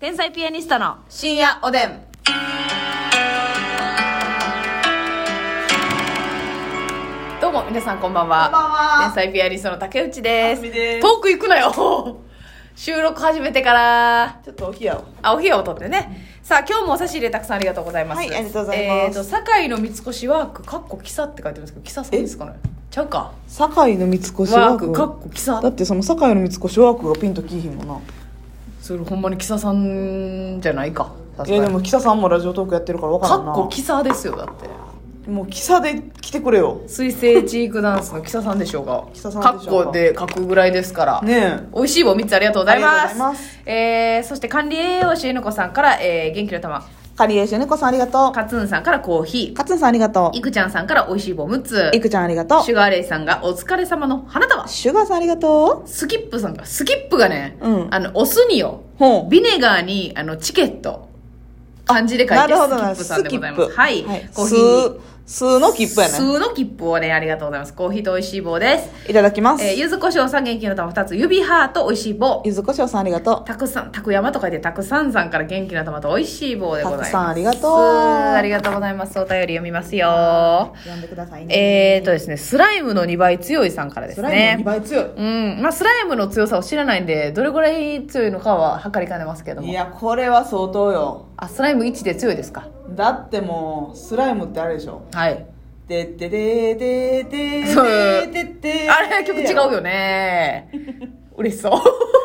天才ピアニストの深夜おでん。 どうも皆さんこんばんは。 こんばんは。 天才ピアニストの竹内です。 あすみです。 遠く行くなよ。収録始めてからちょっとお冷やを。 お冷やを取ってね。さあ今日もお差し入れたくさんありがとうございます。 はい、ありがとうございます。 堺の三越ワークかっこキサって書いてるんですけど、キサさんですかね。ちゃうか。 堺の三越ワーワーククかっこキサ。 だってその堺の三越ワークがピンときいひんもんな。 それほんまにキサさんじゃないか。 いやでもキサさんもラジオトークやってるから分からんな。 かっこキサですよだって。 もうキサで来てくれよ。 水星チークダンスのキサさんでしょうか。 キサさんカッでしょうかコで書くぐらいですから。 ねえ。 美味しい棒3つありがとうございます。 ありがとうございますそして管理栄養士えのこさんから、元気の玉。 カリエシュ猫さんありがとう。 カツンさんからコーヒー。 カツンさんありがとう。 いくちゃんさんから美味しい棒6つ。 いくちゃんありがとう。 シュガーレイさんがお疲れ様の花束。 シュガーさんありがとスキップさんが、スキップがね、 うんお酢によ、 ほうビネガーに、チケット、漢字で書いてなるほどな。 スキップさんでございます。 スキップはい。コーヒー。 数の切符やね。 数の切符をね、ありがとうございます。コーヒーと美味しい棒です。 いただきます。 柚子胡椒さん元気の玉2つ、指ハート美味しい棒。 ゆずこしょうさんありがとう。 たくさん、たく山と書いてたくさんさんから元気の玉と美味しい棒でございます。 たくさんありがとう。 ありがとうございます。お便り読みますよ。 読んでくださいね。 ですね、スライムの2倍強いさんからですね。 スライムの2倍強い。 うん。まあ、スライムの強さを知らないんで、どれぐらい強いのかは測りかねますけども。 いや、これは相当よ。 あ、スライム1で強いですか。 だってもう、スライムってあれでしょ。 はい。 でってでででそうででであれ、曲違うよね。嬉しそう。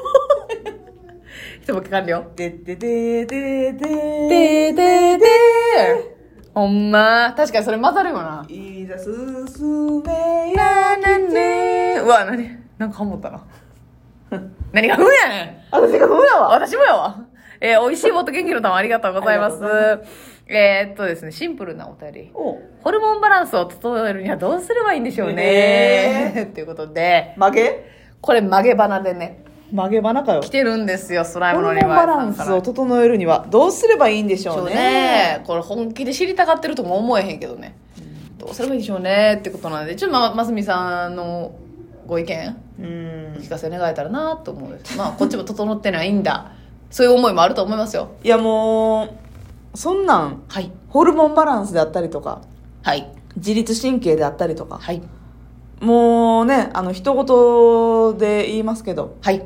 一ボケ完了。 ででででででででほんま。確かにそれ混ざるよな。 いざ進めやねうわ、なんかハモったな。何がふんやねん。 私が踏むやわ。 私もやわ。美味しい棒と元気の玉ありがとうございます。ですね、シンプルなお便り。 おホルモンバランスを整えるにはどうすればいいんでしょうね。ということで、 曲げこれ曲げ花でね、 曲げ花かよ。 来てるんですよ、スライホムのルモンバランスを整えるにはどうすればいいんでしょそううね。 ね。これ本気で知りたがってるとも思えへんけどね。どうすればいいんでしょうねってことなんで、ちょっとますみさんのご意見うんお聞かせ願えたらなと思うんです。まあこっちも整ってないんだ。そういう思いもあると思いますよ。 いやもうそんなんはい。 ホルモンバランスであったりとかはい。 自律神経であったりとか、 はい。 もうね一言で言いますけど、 はい。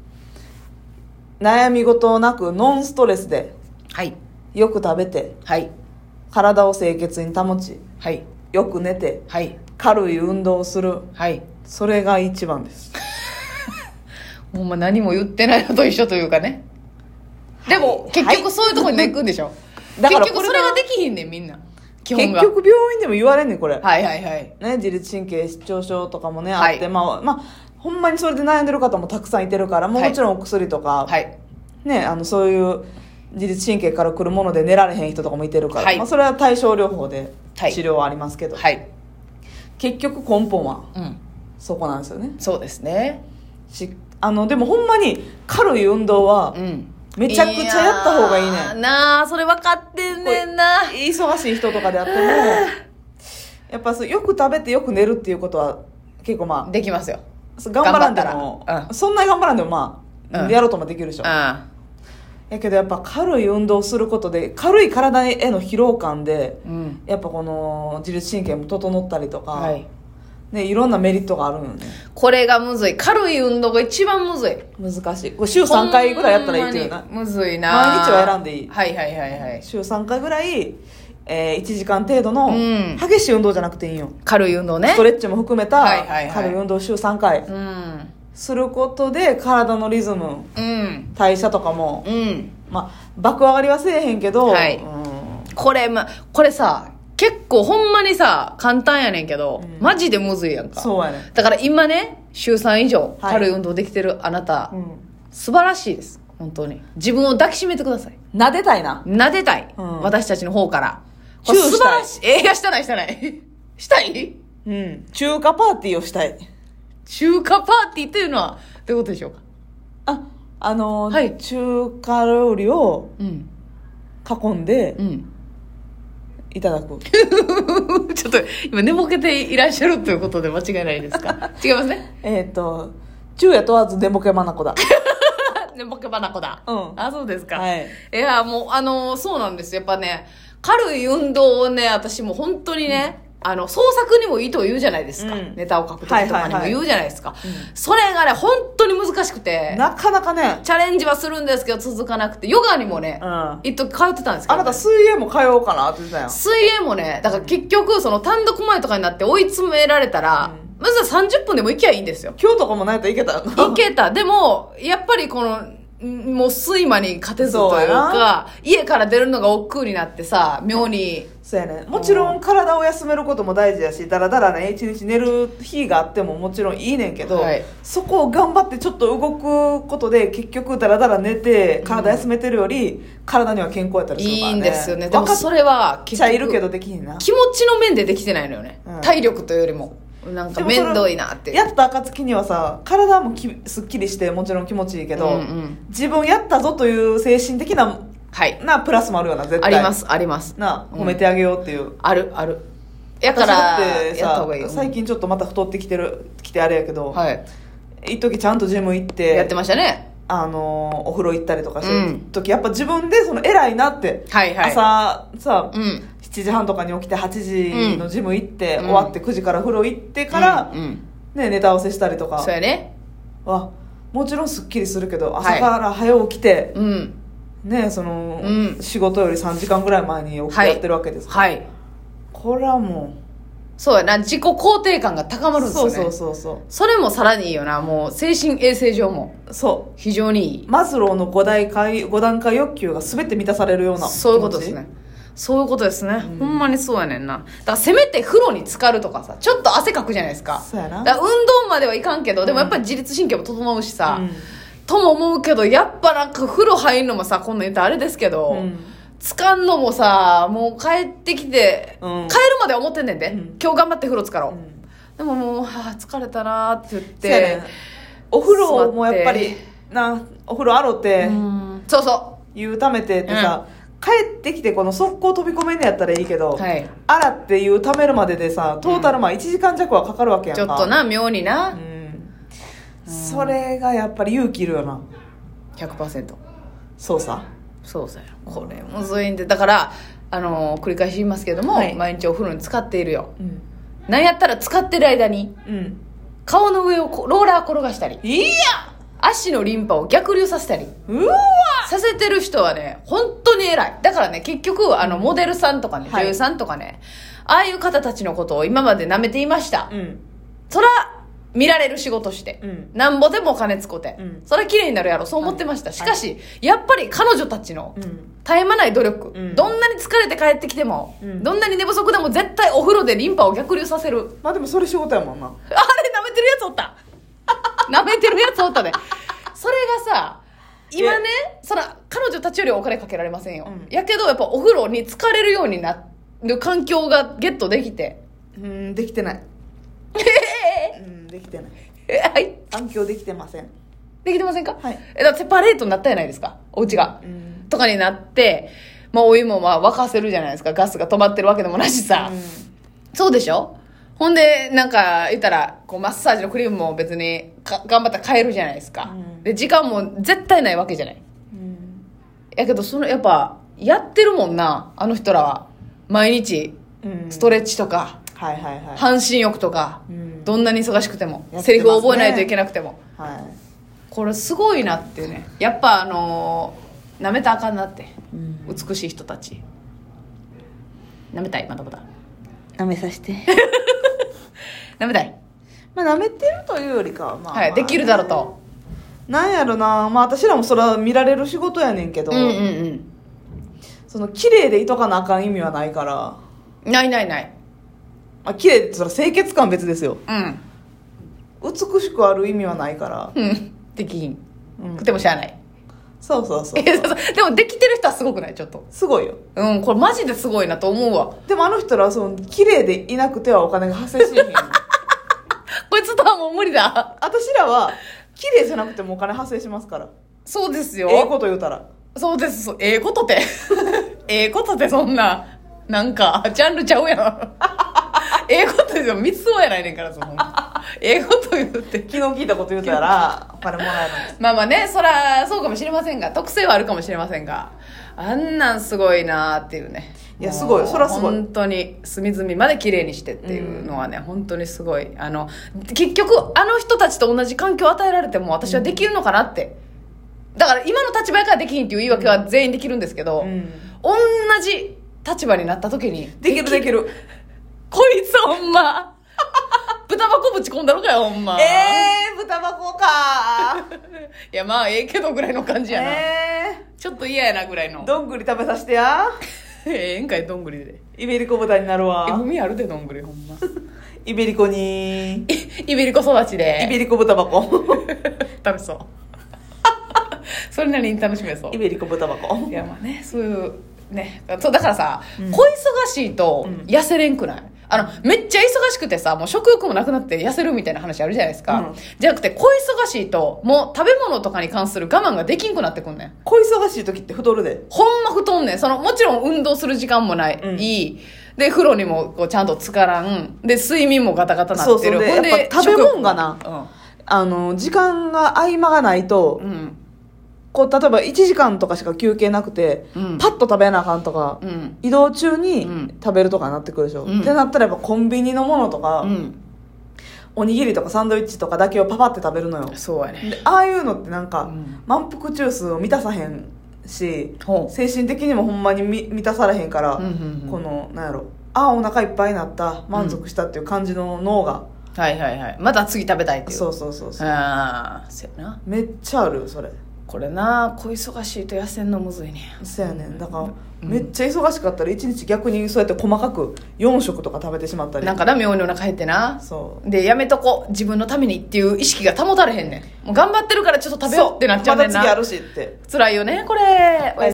悩み事なくノンストレスではい。 よく食べてはい。 体を清潔に保ちはい。 よく寝てはい。 軽い運動をする、 はい。 それが一番です。 ほんま何も言ってないのと一緒というかね。でも、結局そういうとこに行くんでしょ。 だから結局それができひんねん、みんな。基結本が。 局病院でも言われんねんこれ、 はいはいはい。 ね、自律神経失調症とかもね、 はいあってまあほんまにそれで悩んでる方もたくさんいてるからもうはいもちろんお薬とか、 はい。 ね、そういう自律神経から来るもので寝られへん人とかもいてるから、 はいまあ、それは対症療法ではい治療はありますけど、 はい。 結局根本はうん。 そこなんですよね。 そうですね。 でもほんまに軽い運動はうん。 めちゃくちゃやった方がいいねん。 なあ、それ分かってんねんな。 忙しい人とかであってもやっぱよく食べてよく寝るっていうことは結構まできますよ。 あ頑張らんでも頑張ったらそんなに頑張らんでもまあ、 うんやろうともできるでしょ。 あやけどやっぱ軽い運動することで軽い体への疲労感であ。うん。 やっぱこの自律神経も整ったりとか、 はい。 ね、いろんなメリットがあるのよね。 これがむずい。軽い運動が一番むずい。 難しい。これ週3回ぐらいやったらいいっていうなほん。まにむずいな。 毎日は選んでいい。 はいはいはいはい。 週3回ぐらい、1時間程度のうん激しい運動じゃなくていいよ。 軽い運動ね。 ストレッチも含めたはいはいはい軽い運動を週3回うん。 することで体のリズム、 うん。 代謝とかも、 うん。 まあ、爆上がりはせえへんけど、 はいうんこれさ、結構ほんまにさ、簡単やねんけど、マジでむずいやんか。 そうやね。 だから今ね、週3以上はい軽い運動できてるあなた、 うん。 素晴らしいです。本当に。自分を抱きしめてください。 撫でたいな。 撫でたい。 うん私たちの方から。 チュー素晴らしい。いや、したないしたない。したいうん。中華パーティーをしたい。 中華パーティーっていうのは、どういうことでしょうか。 はい中華料理をうん。 囲んでうん。 いただく。 ちょっと、今寝ぼけていらっしゃるということで間違いないですか違いますね。 昼夜問わずデモケマナコだ。 ね、ボケバナコだ。 うんそうですか。 はい。 いや、もう、そうなんですよ。やっぱね、軽い運動をね、私も本当にね、創作にもいいと言うじゃないですか。ネタを書くときとかにも言うじゃないですか。それがね、本当に難しくて。 なかなかね。 チャレンジはするんですけど続かなくて、ヨガにもね、一時通ってたんですけど、ね。 あなた水泳も通おうかなって言ってたやん。 水泳もね、だから結局、単独前とかになって追い詰められたら、まずは30分でも行きゃいいんですよ。 今日とかもないといけたよな。 いけた。でも、やっぱりもう睡魔に勝てずというか、家から出るのが億劫になってさ、妙に。 そうやね。もちろん体を休めることも大事やし、だらだらね、一日寝る日があってももちろんいいねんけど、そこを頑張ってちょっと動くことで、結局だらだら寝て、体休めてるより、体には健康やったりするからね。 いいんですよね。でもそれは結局、いるけどできひんな。 気持ちの面でできてないのよね。体力というよりも。なんか面倒いなって。 やった暁にはさ、体もすっきりしてもちろん気持ちいいけど、自分やったぞという精神的な、プラスもあるよな、絶対。 あります、あります。 褒めてあげようっていう。 ある、ある。やから、 やった方がいいよ。最近ちょっとまた太ってきてあれやけど、一時ちゃんとジム行って、 やってましたね。 お風呂行ったりとかしてる時、やっぱ自分で偉いなって、朝さ、7時半とかに起きて8時のジム行って、終わって9時から風呂行ってから、ね、ネタ合わせしたりとか。 そうやね。 もちろんすっきりするけど、朝から早起きて、ね、仕事より3時間ぐらい前に起きてやってるわけですから。これはもう。 そうやな、自己肯定感が高まるんですよね。 そう。 それもさらにいいよな、もう精神衛生上も。 そう。 非常にいい。 マズローの5段階欲求が全て満たされるような。 そういうことですね。そういうことですね、ほんまにそうやねんな。だからせめて風呂に浸かるとかさ、ちょっと汗かくじゃないですか。 そうやな。 だから運動まではいかんけど、でもやっぱり自律神経も整うしさ、とも思うけど、やっぱなんか風呂入るのもさ、こんなん言ったらあれですけど、浸かんのもさ、もう帰ってきて、帰るまでは思ってんねんで、今日頑張って風呂浸かろう、でももう、疲れたなーって言って、 お風呂もやっぱりお風呂洗って、 そうそう湯ためてってさ、帰ってきてこの速攻飛び込めんねやったらいいけど、洗って湯ためるまででさ、トータル1時間弱はかかるわけやんか。 ちょっとな、妙にな、 それがやっぱり勇気いるよな。 100%。 そうさこれむずいんで、だから繰り返し言いますけども、毎日お風呂に浸かっているよ、なんやったら浸かってる間に、顔の上をローラー転がしたり、足のリンパを逆流させたりさせてる人はね、本当に偉い。だからね、結局モデルさんとかね、女優さんとかね、ああいう方たちのことを今まで舐めていました、そら見られる仕事して、なんぼでもお金つこて、それ綺麗になるやろ、そう思ってました、しかしやっぱり彼女たちの絶え間ない努力、どんなに疲れて帰ってきても、どんなに寝不足でも絶対お風呂でリンパを逆流させる。 でもそれ仕事やもんな。 あれ舐めてるやつおった舐めてるやつおったね。それがさ、今ね、彼女たちよりお金かけられませんよ、やけどやっぱお風呂に浸かれるようになる環境がゲットできて、 できてないできてない。環境できてません。 できてませんか？ はい。 だってセパレートになったじゃないですか、お家が。とかになって、お湯も沸かせるじゃないですか。ガスが止まってるわけでもなしさ。そうでしょ？ほんで、なんか言ったら、マッサージのクリームも別に頑張ったら買えるじゃないですか。で、時間も絶対ないわけじゃない。やけど、やっぱ、やってるもんな、あの人らは。毎日、ストレッチとか、半身浴とか、どんなに忙しくても、セリフを覚えないといけなくても、これすごいなっていうね。やっぱ舐めたらあかんなって、美しい人たち舐めたい。まだまだ舐めさせて舐めたい。 舐めてるというよりかはできるだろうと。 なんやろな、私らもそれは見られる仕事やねんけど、綺麗でいとかなあかん意味はないから。 ないないない。 綺麗ってそれ清潔感別ですよ。美しくある意味はないから。 できひん。でもしゃあない。 そうでもできてる人はすごくない？ちょっとすごいよ。 これマジですごいなと思うわ。 でもあの人らは綺麗でいなくてはお金が発生しへんこいつとはもう無理だ。 私らは綺麗じゃなくてもお金発生しますから。 そうですよ。 ええこと言うたら。 そうです。ええことってええことってそんななんかジャンルちゃうやん。ええことですよ。三つ子やないねんから、 英語と言うて昨日聞いたこと言うたらお金もらえるんです。 まあまあね、そらそうかもしれませんが、特性はあるかもしれませんが、あんなんすごいなっていうね。 いやすごい、それはすごい。 本当に隅々まで綺麗にしてっていうのはね、本当にすごい。結局あの人たちと同じ環境を与えられても私はできるのかなって、だから今の立場やからできひんっていう言い訳は全員できるんですけど、同じ立場になった時にできるこいつほんま豚箱ぶち込んだろかよほんま。 豚箱かいやまあけどぐらいの感じやな、ちょっと嫌やなぐらいの。 どんぐり食べさせてやえんかいどんぐりで。 イベリコ豚になるわ。 海あるでどんぐりほんまイベリコにイベリコ育ちでイベリコ豚箱楽しそうそれなりに楽しめそう。 イベリコ豚箱。 いやまあね、そういうね、そうだからさ、恋忙しいと痩せれんくない？めっちゃ忙しくてさ、もう食欲もなくなって痩せるみたいな話あるじゃないですか、じゃなくて恋忙しいともう食べ物とかに関する我慢ができんくなってくんねん。 恋忙しい時って太るで。 ほんま太んねん。もちろん運動する時間もない、で風呂にもこうちゃんと浸からんで、睡眠もガタガタなってる。 そうでやっぱ食べ物がな、時間が合間がないと、こう例えば1時間とかしか休憩なくて、パッと食べなあかんとか、移動中に食べるとかになってくるでしょ、ってなったらやっぱコンビニのものとか、おにぎりとかサンドイッチとかだけをパパって食べるのよ。 そうやね。 でああいうのってなんか、満腹中枢を満たさへんし、精神的にもほんまに満たされへんから、このなんやろ、お腹いっぱいになった、満足したっていう感じの脳が、 また次食べたいっていう。 そうそうやな。 めっちゃあるそれ。 これな、小忙しいと痩せんのむずいねん。 そうやねん。だから、めっちゃ忙しかったら1日逆にそうやって細かく4食とか食べてしまったり、 なんかな、妙にお腹減ってな。 そうでやめとこう、自分のためにっていう意識が保たれへんねん。もう頑張ってるからちょっと食べようってなっちゃうねんな。 また次あるしって。 辛いよねこれ。